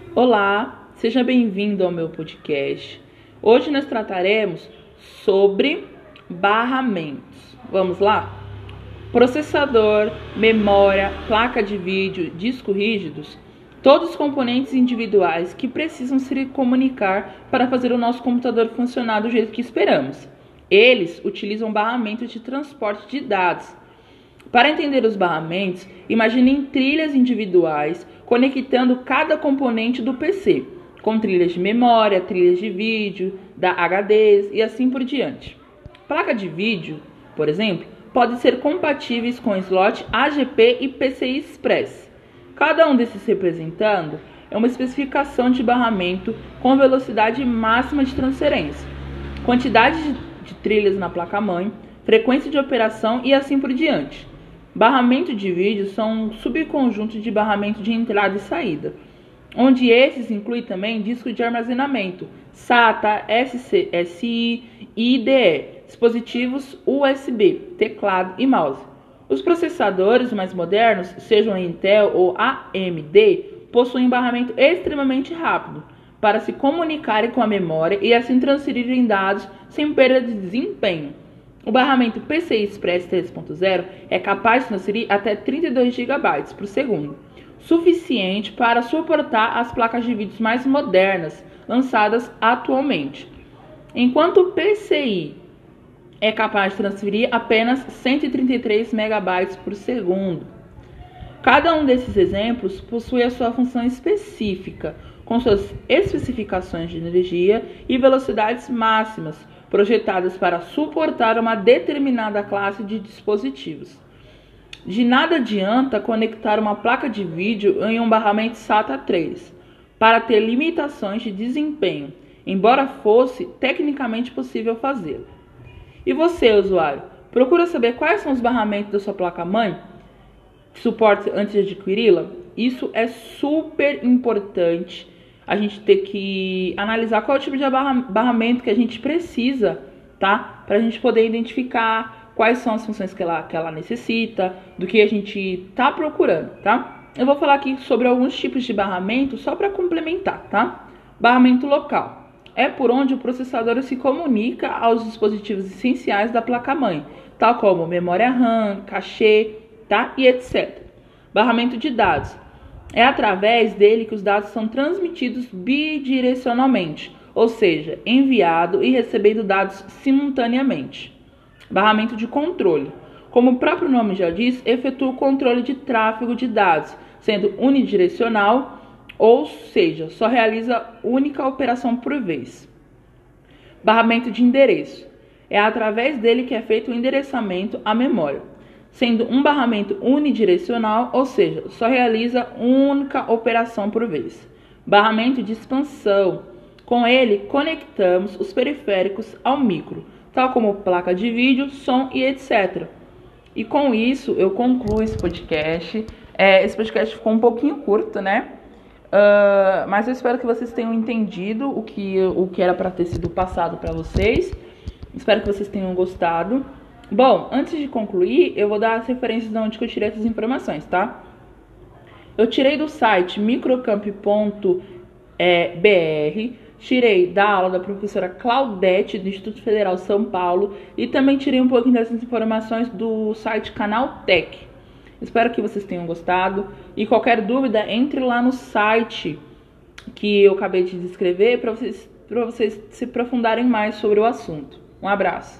Olá, seja bem-vindo ao meu podcast. Hoje nós trataremos sobre barramentos. Vamos lá? Processador, memória, placa de vídeo, disco rígidos, todos os componentes individuais que precisam se comunicar para fazer o nosso computador funcionar do jeito que esperamos. Eles utilizam barramentos de transporte de dados. Para entender os barramentos, imaginem trilhas individuais conectando cada componente do PC, com trilhas de memória, trilhas de vídeo, da HDs e assim por diante. Placa de vídeo, por exemplo, pode ser compatíveis com slot AGP e PCI Express. Cada um desses representando é uma especificação de barramento com velocidade máxima de transferência, quantidade de trilhas na placa-mãe, frequência de operação e assim por diante. Barramento de vídeo são um subconjunto de barramento de entrada e saída, onde esses incluem também disco de armazenamento, SATA, SI e IDE, dispositivos USB, teclado e mouse. Os processadores mais modernos, sejam Intel ou AMD, possuem barramento extremamente rápido para se comunicarem com a memória e assim transferirem dados sem perda de desempenho. O barramento PCI Express 3.0 é capaz de transferir até 32 GB por segundo, suficiente para suportar as placas de vídeo mais modernas lançadas atualmente, enquanto o PCI é capaz de transferir apenas 133 MB por segundo. Cada um desses exemplos possui a sua função específica, com suas especificações de energia e velocidades máximas, projetadas para suportar uma determinada classe de dispositivos. De nada adianta conectar uma placa de vídeo em um barramento SATA 3 para ter limitações de desempenho, embora fosse tecnicamente possível fazê-lo. E você, usuário, procura saber quais são os barramentos da sua placa-mãe que suporta antes de adquiri-la? Isso é super importante. A gente ter que analisar qual é o tipo de barramento que a gente precisa, tá? Para a gente poder identificar quais são as funções que ela necessita, do que a gente tá procurando, tá? Eu vou falar aqui sobre alguns tipos de barramento só para complementar, tá? Barramento local é por onde o processador se comunica aos dispositivos essenciais da placa-mãe, tal como memória RAM, cachê, tá? E etc. Barramento de dados é através dele que os dados são transmitidos bidirecionalmente, ou seja, enviado e recebendo dados simultaneamente. Barramento de controle. Como o próprio nome já diz, efetua o controle de tráfego de dados, sendo unidirecional, ou seja, só realiza única operação por vez. Barramento de endereço. É através dele que é feito o endereçamento à memória, sendo um barramento unidirecional, ou seja, só realiza única operação por vez. Barramento de expansão. Com ele, conectamos os periféricos ao micro, tal como placa de vídeo, som e etc. E com isso, eu concluo esse podcast. Esse podcast ficou um pouquinho curto, né? Mas eu espero que vocês tenham entendido o que era para ter sido passado para vocês. Espero que vocês tenham gostado. Bom, antes de concluir, eu vou dar as referências de onde que eu tirei essas informações, tá? Eu tirei do site microcamp.br, tirei da aula da professora Claudete, do Instituto Federal São Paulo, e também tirei um pouquinho dessas informações do site Canaltech. Espero que vocês tenham gostado, e qualquer dúvida, entre lá no site que eu acabei de descrever para vocês se aprofundarem mais sobre o assunto. Um abraço!